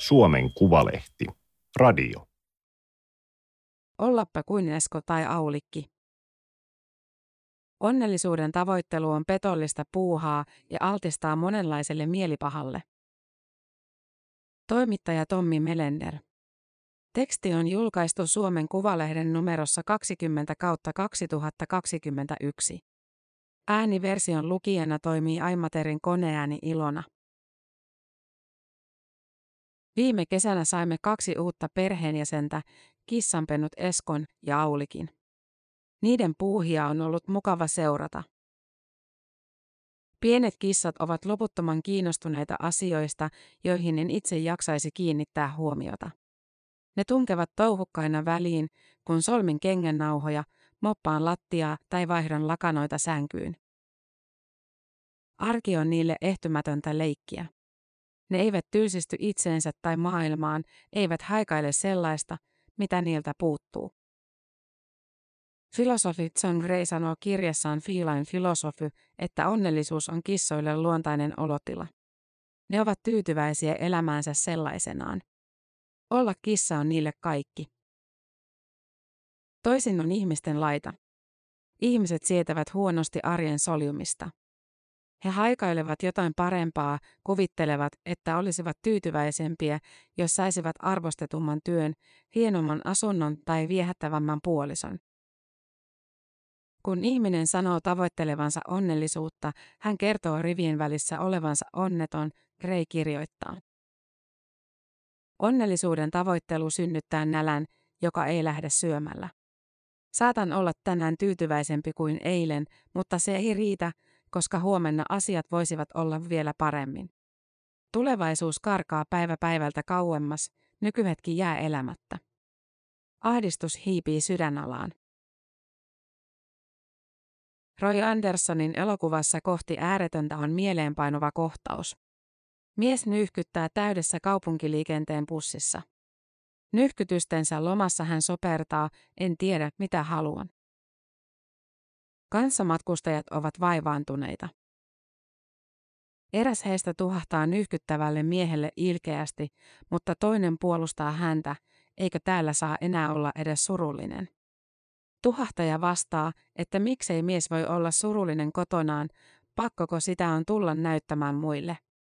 Suomen Kuvalehti. Radio. Ollappa kuin Esko tai Aulikki. Onnellisuuden tavoittelu on petollista puuhaa ja altistaa monenlaiselle mielipahalle. Toimittaja Tommi Melender. Teksti on julkaistu Suomen Kuvalehden numerossa 20/2021. Ääniversion lukijana toimii Aimaterin koneääni Ilona. Viime kesänä saimme 2 uutta perheenjäsentä, kissanpennut Eskon ja Aulikin. Niiden puuhia on ollut mukava seurata. Pienet kissat ovat loputtoman kiinnostuneita asioista, joihin en itse jaksaisi kiinnittää huomiota. Ne tunkevat touhukkaina väliin, kun solmin kengännauhoja, moppaan lattiaa tai vaihdan lakanoita sänkyyn. Arki on niille ehtymätöntä leikkiä. Ne eivät tylsisty itseensä tai maailmaan, eivät haikaile sellaista, mitä niiltä puuttuu. Filosofi John Gray sanoo kirjassaan Feline Philosophy, että onnellisuus on kissoille luontainen olotila. Ne ovat tyytyväisiä elämäänsä sellaisenaan. Olla kissa on niille kaikki. Toisin on ihmisten laita. Ihmiset sietävät huonosti arjen soljumista. He haikailevat jotain parempaa, kuvittelevat, että olisivat tyytyväisempiä, jos saisivat arvostetumman työn, hienomman asunnon tai viehättävämmän puolison. Kun ihminen sanoo tavoittelevansa onnellisuutta, hän kertoo rivien välissä olevansa onneton, Gray kirjoittaa. Onnellisuuden tavoittelu synnyttää nälän, joka ei lähde syömällä. Saatan olla tänään tyytyväisempi kuin eilen, mutta se ei riitä, koska huomenna asiat voisivat olla vielä paremmin. Tulevaisuus karkaa päivä päivältä kauemmas, nykyhetki jää elämättä. Ahdistus hiipii sydänalaan. Roy Andersonin elokuvassa Kohti ääretöntä on mieleenpainuva kohtaus. Mies nyyhkyttää täydessä kaupunkiliikenteen bussissa. Nyyhkytystensä lomassa hän sopertaa, en tiedä mitä haluan. Kanssamatkustajat ovat vaivaantuneita. Eräs heistä tuhahtaa nyyhkyttävälle miehelle ilkeästi, mutta toinen puolustaa häntä, eikö täällä saa enää olla edes surullinen. Tuhahtaja vastaa, että miksei mies voi olla surullinen kotonaan, pakkoko sitä on tulla näyttämään muille.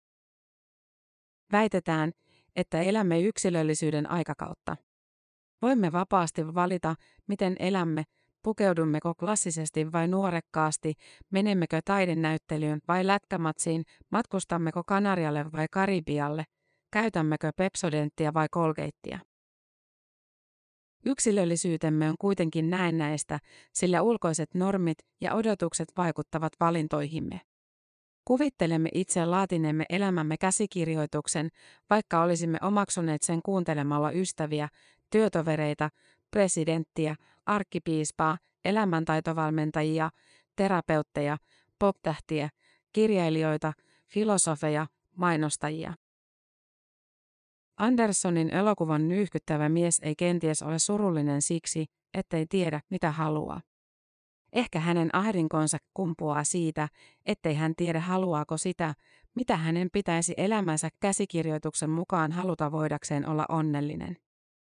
Väitetään, että elämme yksilöllisyyden aikakautta. Voimme vapaasti valita, miten elämme, pukeudummeko klassisesti vai nuorekkaasti, menemmekö taidenäyttelyyn vai lätkämatsiin, matkustammeko Kanarialle vai Karibialle, käytämmekö Pepsodenttia vai Colgatea. Yksilöllisyytemme on kuitenkin näennäistä, sillä ulkoiset normit ja odotukset vaikuttavat valintoihimme. Kuvittelemme itse laatineemme elämämme käsikirjoituksen, vaikka olisimme omaksuneet sen kuuntelemalla ystäviä, työtovereita, presidenttiä, arkkipiispaa, elämäntaitovalmentajia, terapeutteja, poptähtiä, kirjailijoita, filosofeja, mainostajia. Andersonin elokuvan nyyhkyttävä mies ei kenties ole surullinen siksi, ettei tiedä, mitä haluaa. Ehkä hänen ahdinkonsa kumpuaa siitä, ettei hän tiedä haluaako sitä, mitä hänen pitäisi elämänsä käsikirjoituksen mukaan haluta voidakseen olla onnellinen.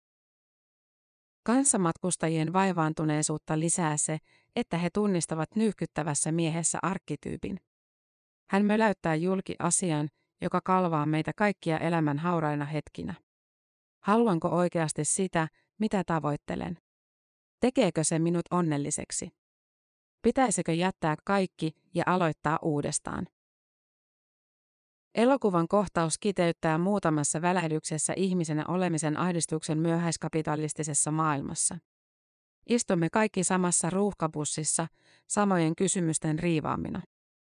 Kanssamatkustajien vaivaantuneisuutta lisää se, että he tunnistavat nyyhkyttävässä miehessä arkkityypin. Hän möläyttää julki asian, joka kalvaa meitä kaikkia elämän hauraina hetkinä. Haluanko oikeasti sitä, mitä tavoittelen? Tekeekö se minut onnelliseksi? Pitäisikö jättää kaikki ja aloittaa uudestaan? Elokuvan kohtaus kiteyttää muutamassa välähdyksessä ihmisenä olemisen ahdistuksen myöhäiskapitalistisessa maailmassa. Istumme kaikki samassa ruuhkabussissa, samojen kysymysten riivaamina.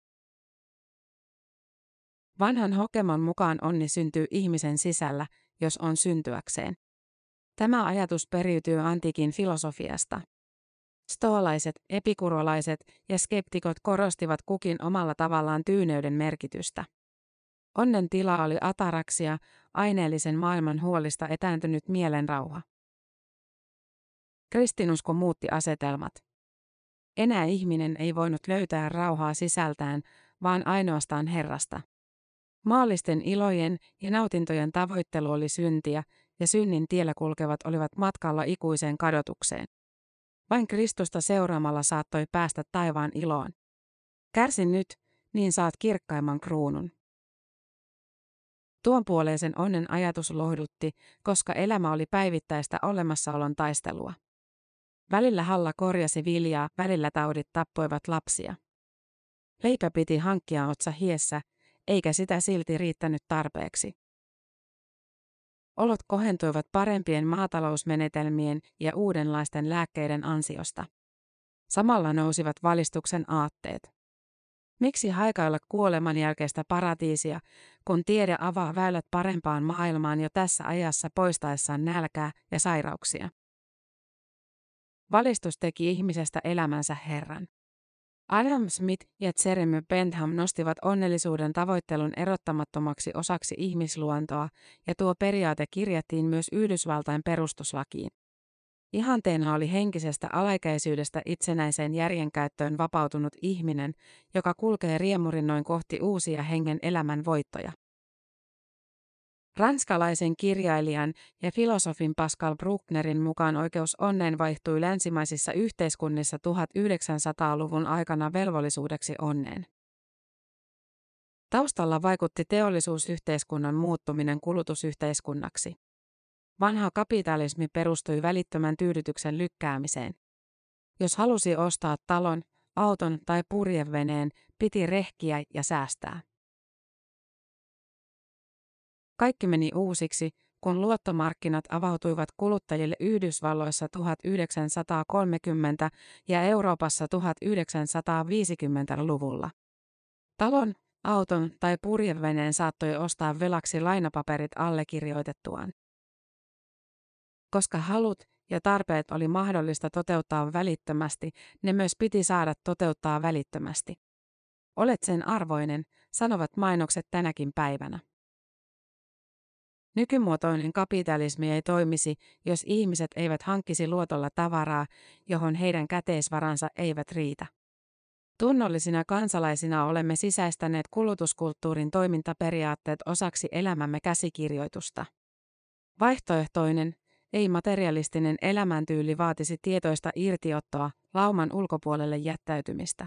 Vanhan hokemon mukaan onni syntyy ihmisen sisällä, jos on syntyäkseen. Tämä ajatus periytyy antiikin filosofiasta. Stoalaiset, epikurolaiset ja skeptikot korostivat kukin omalla tavallaan tyyneyden merkitystä. Onnen tila oli ataraksia, aineellisen maailman huolista etääntynyt mielenrauha. Kristinusko muutti asetelmat. Enää ihminen ei voinut löytää rauhaa sisältään, vaan ainoastaan Herrasta. Maallisten ilojen ja nautintojen tavoittelu oli syntiä, ja synnin tiellä kulkevat olivat matkalla ikuiseen kadotukseen. Vain Kristusta seuraamalla saattoi päästä taivaan iloon. Kärsi nyt, niin saat kirkkaimman kruunun. Tuonpuoleisen onnen ajatus lohdutti, koska elämä oli päivittäistä olemassaolon taistelua. Välillä Halla korjasi viljaa, välillä taudit tappoivat lapsia. Leipä piti hankkia otsa hiessä, eikä sitä silti riittänyt tarpeeksi. Olot kohentuivat parempien maatalousmenetelmien ja uudenlaisten lääkkeiden ansiosta. Samalla nousivat valistuksen aatteet. Miksi haikailla kuoleman jälkeistä paratiisia, kun tiede avaa väylät parempaan maailmaan jo tässä ajassa poistaessaan nälkää ja sairauksia? Valistus teki ihmisestä elämänsä herran. Adam Smith ja Jeremy Bentham nostivat onnellisuuden tavoittelun erottamattomaksi osaksi ihmisluontoa, ja tuo periaate kirjattiin myös Yhdysvaltain perustuslakiin. Ihanteena oli henkisestä alaikäisyydestä itsenäiseen järjenkäyttöön vapautunut ihminen, joka kulkee riemurinnoin kohti uusia hengen elämän voittoja. Ranskalaisen kirjailijan ja filosofin Pascal Brucknerin mukaan oikeus onneen vaihtui länsimaisissa yhteiskunnissa 1900-luvun aikana velvollisuudeksi onneen. Taustalla vaikutti teollisuusyhteiskunnan muuttuminen kulutusyhteiskunnaksi. Vanha kapitalismi perustui välittömän tyydytyksen lykkäämiseen. Jos halusi ostaa talon, auton tai purjeveneen, piti rehkiä ja säästää. Kaikki meni uusiksi, kun luottomarkkinat avautuivat kuluttajille Yhdysvalloissa 1930 ja Euroopassa 1950-luvulla. Talon, auton tai purjeveneen saattoi ostaa velaksi lainapaperit allekirjoitettuaan. Koska halut ja tarpeet oli mahdollista toteuttaa välittömästi, ne myös piti saada toteuttaa välittömästi. Olet sen arvoinen, sanovat mainokset tänäkin päivänä. Nykymuotoinen kapitalismi ei toimisi, jos ihmiset eivät hankkisi luotolla tavaraa, johon heidän käteisvaransa eivät riitä. Tunnollisina kansalaisina olemme sisäistäneet kulutuskulttuurin toimintaperiaatteet osaksi elämämme käsikirjoitusta. Vaihtoehtoinen, ei-materialistinen elämäntyyli vaatisi tietoista irtiottoa, lauman ulkopuolelle jättäytymistä.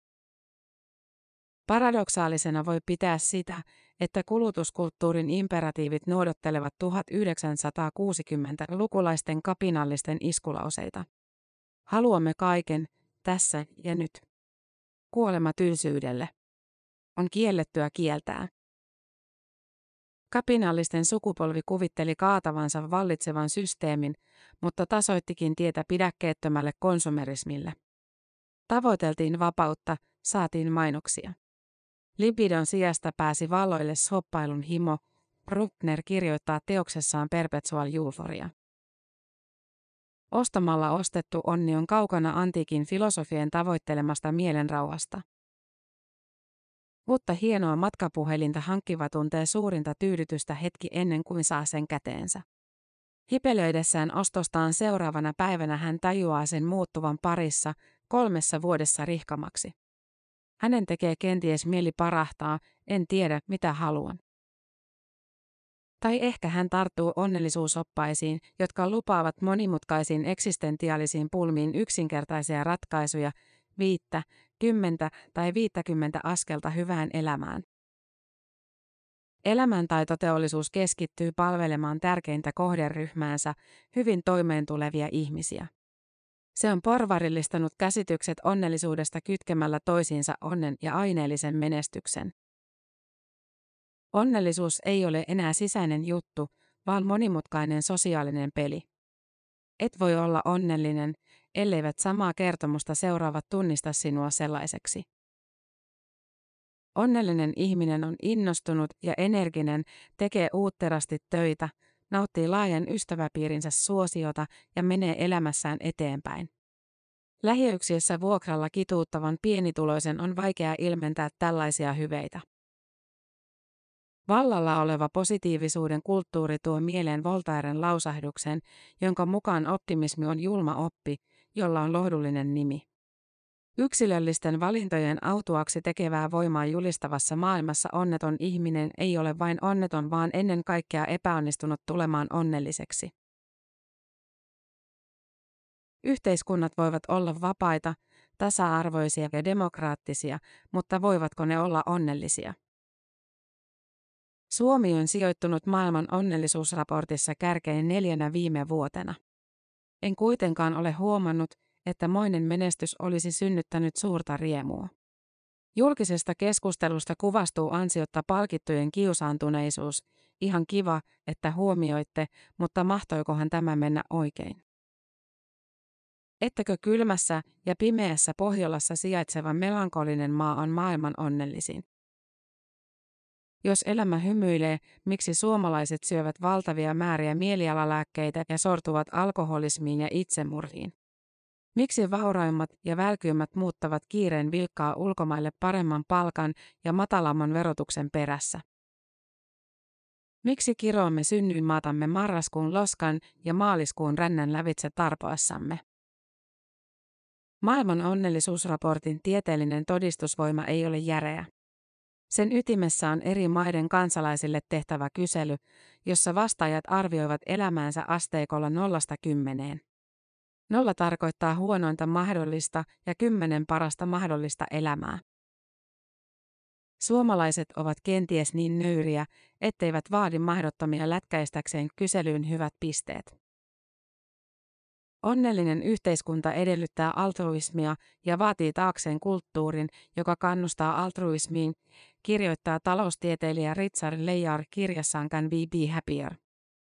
Paradoksaalisena voi pitää sitä, että kulutuskulttuurin imperatiivit nuodottelevat 1960-lukulaisten kapinallisten iskulauseita. Haluamme kaiken, tässä ja nyt. Kuolema tylsyydelle. On kiellettyä kieltää. Kapinallisten sukupolvi kuvitteli kaatavansa vallitsevan systeemin, mutta tasoittikin tietä pidäkkeettömälle konsumerismille. Tavoiteltiin vapautta, saatiin mainoksia. Libidon sijasta pääsi valloille shoppailun himo, Bruckner kirjoittaa teoksessaan Perpetual Euphoria. Ostamalla ostettu onni on kaukana antiikin filosofien tavoittelemasta mielenrauhasta. Mutta hienoa matkapuhelinta hankkiva tuntee suurinta tyydytystä hetki ennen kuin saa sen käteensä. Hipelöidessään ostostaan seuraavana päivänä hän tajuaa sen muuttuvan parissa, 3 vuodessa rihkamaksi. Hänen tekee kenties mieli parahtaa, en tiedä mitä haluan. Tai ehkä hän tarttuu onnellisuusoppaisiin, jotka lupaavat monimutkaisiin eksistentiaalisiin pulmiin yksinkertaisia ratkaisuja, 5, 10 tai 50 askelta hyvään elämään. Elämäntaitoteollisuus keskittyy palvelemaan tärkeintä kohderyhmäänsä, hyvin toimeentulevia ihmisiä. Se on porvarillistanut käsitykset onnellisuudesta kytkemällä toisiinsa onnen ja aineellisen menestyksen. Onnellisuus ei ole enää sisäinen juttu, vaan monimutkainen sosiaalinen peli. Et voi olla onnellinen, elleivät samaa kertomusta seuraavat tunnista sinua sellaiseksi. Onnellinen ihminen on innostunut ja energinen, tekee uutterasti töitä, nauttii laajan ystäväpiirinsä suosiota ja menee elämässään eteenpäin. Lähiyksiössä vuokralla kituuttavan pienituloisen on vaikea ilmentää tällaisia hyveitä. Vallalla oleva positiivisuuden kulttuuri tuo mieleen Voltairen lausahduksen, jonka mukaan optimismi on julma oppi, jolla on lohdullinen nimi. Yksilöllisten valintojen autuaksi tekevää voimaa julistavassa maailmassa onneton ihminen ei ole vain onneton, vaan ennen kaikkea epäonnistunut tulemaan onnelliseksi. Yhteiskunnat voivat olla vapaita, tasa-arvoisia ja demokraattisia, mutta voivatko ne olla onnellisia? Suomi on sijoittunut maailman onnellisuusraportissa kärkeen 4 viime vuotena. En kuitenkaan ole huomannut, että moinen menestys olisi synnyttänyt suurta riemua. Julkisesta keskustelusta kuvastuu ansiotta palkittujen kiusaantuneisuus. Ihan kiva, että huomioitte, mutta mahtoikohan tämä mennä oikein? Ettäkö kylmässä ja pimeässä Pohjolassa sijaitseva melankolinen maa on maailman onnellisin? Jos elämä hymyilee, miksi suomalaiset syövät valtavia määriä mielialalääkkeitä ja sortuvat alkoholismiin ja itsemurhiin? Miksi vauraimmat ja välkyimmät muuttavat kiireen vilkkaa ulkomaille paremman palkan ja matalamman verotuksen perässä? Miksi kiroamme synnyinmaatamme marraskuun loskan ja maaliskuun rännän lävitse tarpoassamme? Maailman onnellisuusraportin tieteellinen todistusvoima ei ole järeä. Sen ytimessä on eri maiden kansalaisille tehtävä kysely, jossa vastaajat arvioivat elämäänsä asteikolla 0–10. 0 tarkoittaa huonointa mahdollista ja 10 parasta mahdollista elämää. Suomalaiset ovat kenties niin nöyriä, etteivät vaadi mahdottomia lätkäistäkseen kyselyyn hyvät pisteet. Onnellinen yhteiskunta edellyttää altruismia ja vaatii taakseen kulttuurin, joka kannustaa altruismiin, kirjoittaa taloustieteilijä Richard Layard kirjassaan Can We Be Happier?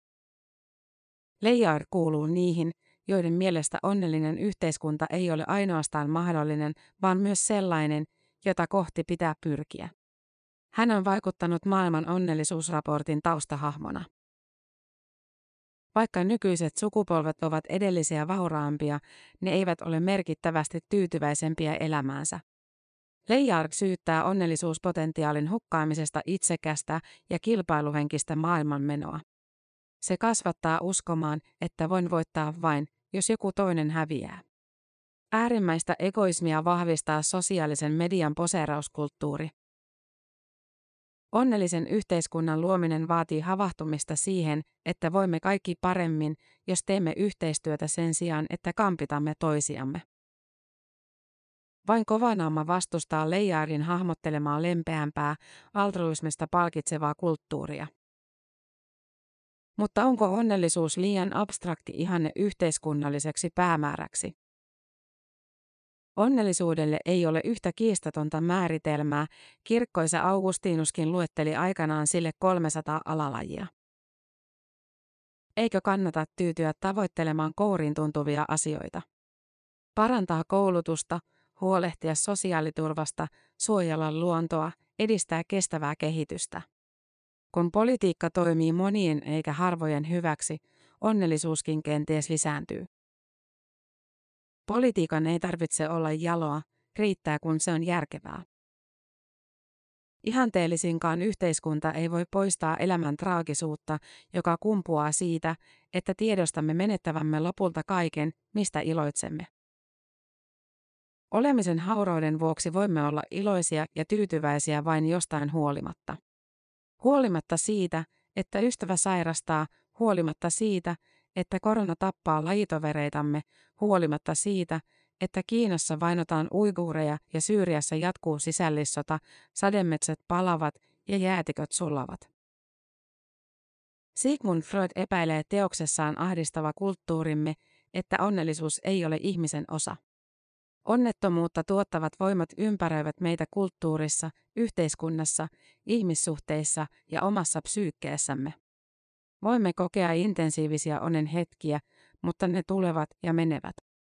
Layard kuuluu niihin, joiden mielestä onnellinen yhteiskunta ei ole ainoastaan mahdollinen, vaan myös sellainen, jota kohti pitää pyrkiä. Hän on vaikuttanut maailman onnellisuusraportin taustahahmona. Vaikka nykyiset sukupolvet ovat edellisiä vauraampia, ne eivät ole merkittävästi tyytyväisempiä elämäänsä. Layard syyttää onnellisuuspotentiaalin hukkaamisesta itsekästä ja kilpailuhenkistä maailmanmenoa. Se kasvattaa uskomaan, että voin voittaa vain, jos joku toinen häviää. Äärimmäistä egoismia vahvistaa sosiaalisen median poseerauskulttuuri. Onnellisen yhteiskunnan luominen vaatii havahtumista siihen, että voimme kaikki paremmin, jos teemme yhteistyötä sen sijaan, että kampitamme toisiamme. Vain kovanaama vastustaa Layardin hahmottelemaa lempeämpää, altruismista palkitsevaa kulttuuria. Mutta onko onnellisuus liian abstrakti ihanne yhteiskunnalliseksi päämääräksi? Onnellisuudelle ei ole yhtä kiistatonta määritelmää, kirkkoisa Augustinuskin luetteli aikanaan sille 300 alalajia. Eikö kannata tyytyä tavoittelemaan kouriin tuntuvia asioita? Parantaa koulutusta, huolehtia sosiaaliturvasta, suojella luontoa, edistää kestävää kehitystä. Kun politiikka toimii monien eikä harvojen hyväksi, onnellisuuskin kenties lisääntyy. Politiikan ei tarvitse olla jaloa, riittää kun se on järkevää. Ihanteellisinkaan yhteiskunta ei voi poistaa elämän traagisuutta, joka kumpuaa siitä, että tiedostamme menettävämme lopulta kaiken, mistä iloitsemme. Olemisen haurouden vuoksi voimme olla iloisia ja tyytyväisiä vain jostain huolimatta. Huolimatta siitä, että ystävä sairastaa, huolimatta siitä, että korona tappaa lajitovereitamme, huolimatta siitä, että Kiinassa vainotaan uiguureja ja Syyriassa jatkuu sisällissota, sademetsät palavat ja jäätiköt sulavat. Sigmund Freud epäilee teoksessaan Ahdistava kulttuurimme, että onnellisuus ei ole ihmisen osa. Onnettomuutta tuottavat voimat ympäröivät meitä kulttuurissa, yhteiskunnassa, ihmissuhteissa ja omassa psyykkeessämme. Voimme kokea intensiivisiä onnen hetkiä, mutta ne tulevat ja menevät.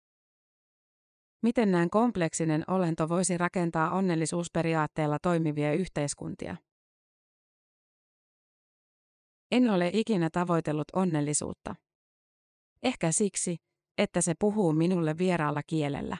Miten näin kompleksinen olento voisi rakentaa onnellisuusperiaatteella toimivia yhteiskuntia? En ole ikinä tavoitellut onnellisuutta. Ehkä siksi, että se puhuu minulle vieraalla kielellä.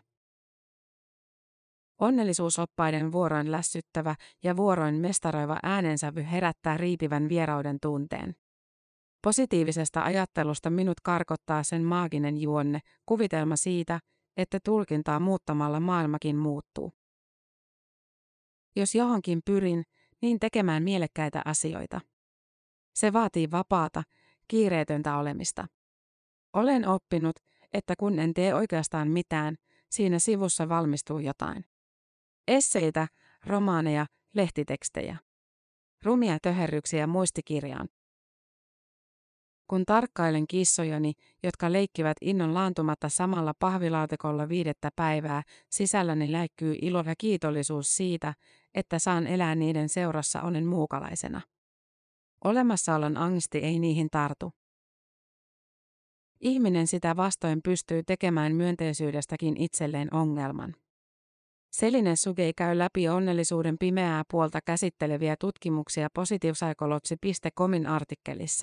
Onnellisuusoppaiden vuoroin lässyttävä ja vuoroin mestaroiva äänensävy herättää riipivän vierauden tunteen. Positiivisesta ajattelusta minut karkottaa sen maaginen juonne, kuvitelma siitä, että tulkintaa muuttamalla maailmakin muuttuu. Jos johonkin pyrin, niin tekemään mielekkäitä asioita. Se vaatii vapaata, kiireetöntä olemista. Olen oppinut, että kun en tee oikeastaan mitään, siinä sivussa valmistuu jotain. Esseitä, romaaneja, lehtitekstejä. Rumia töherryksiä muistikirjaan. Kun tarkkailen kissojani, jotka leikkivät innon laantumatta samalla pahvilaatikolla 5. päivää, sisälläni läikkyy ilo ja kiitollisuus siitä, että saan elää niiden seurassa onnen muukalaisena. Olemassaolon angsti ei niihin tartu. Ihminen sitä vastoin pystyy tekemään myönteisyydestäkin itselleen ongelman. Selinen Sugei käy läpi onnellisuuden pimeää puolta käsitteleviä tutkimuksia positivepsychology.comin artikkelissa.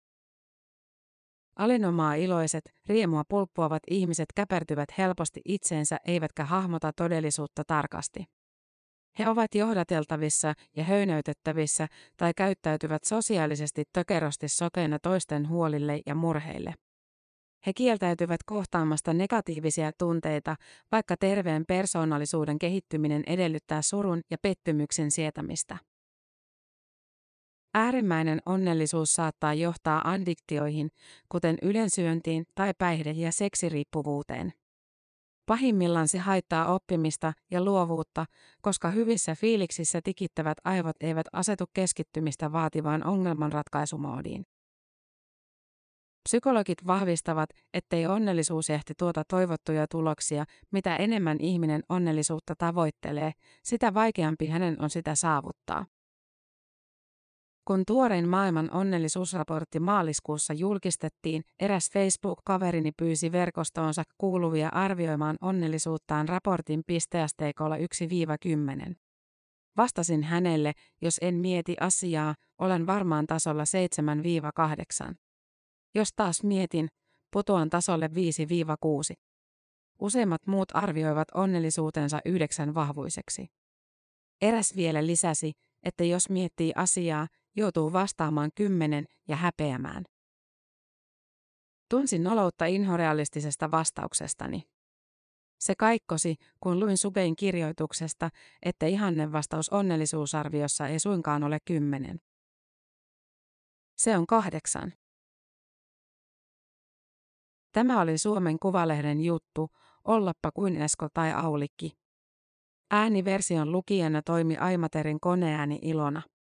Alinomaa iloiset, riemua pulppuavat ihmiset käpertyvät helposti itseensä eivätkä hahmota todellisuutta tarkasti. He ovat johdateltavissa ja höynäytettävissä tai käyttäytyvät sosiaalisesti tökerosti sokeina toisten huolille ja murheille. He kieltäytyvät kohtaamasta negatiivisia tunteita, vaikka terveen persoonallisuuden kehittyminen edellyttää surun ja pettymyksen sietämistä. Äärimmäinen onnellisuus saattaa johtaa addiktioihin, kuten ylensyöntiin tai päihde- ja seksiriippuvuuteen. Pahimmillaan se haittaa oppimista ja luovuutta, koska hyvissä fiiliksissä tikittävät aivot eivät asetu keskittymistä vaativaan ongelmanratkaisumoodiin. Psykologit vahvistavat, ettei onnellisuus ehti tuota toivottuja tuloksia, mitä enemmän ihminen onnellisuutta tavoittelee, sitä vaikeampi hänen on sitä saavuttaa. Kun tuorein maailman onnellisuusraportti maaliskuussa julkistettiin, eräs Facebook-kaverini pyysi verkostoonsa kuuluvia arvioimaan onnellisuuttaan raportin pisteasteikolla 1–10. Vastasin hänelle, jos en mieti asiaa, olen varmaan tasolla 7–8. Jos taas mietin, putoan tasolle 5–6. Useimmat muut arvioivat onnellisuutensa 9 vahvuiseksi. Eräs vielä lisäsi, että jos miettii asiaa, joutuu vastaamaan 10 ja häpeämään. Tunsin noloutta inhorealistisesta vastauksestani. Se kaikkosi, kun luin Sugein kirjoituksesta, että ihannevastaus onnellisuusarviossa ei suinkaan ole 10. Se on 8. Tämä oli Suomen Kuvalehden juttu, Ollappa kuin Esko tai Aulikki. Ääniversion lukijana toimi Aimaterin koneääni Ilona.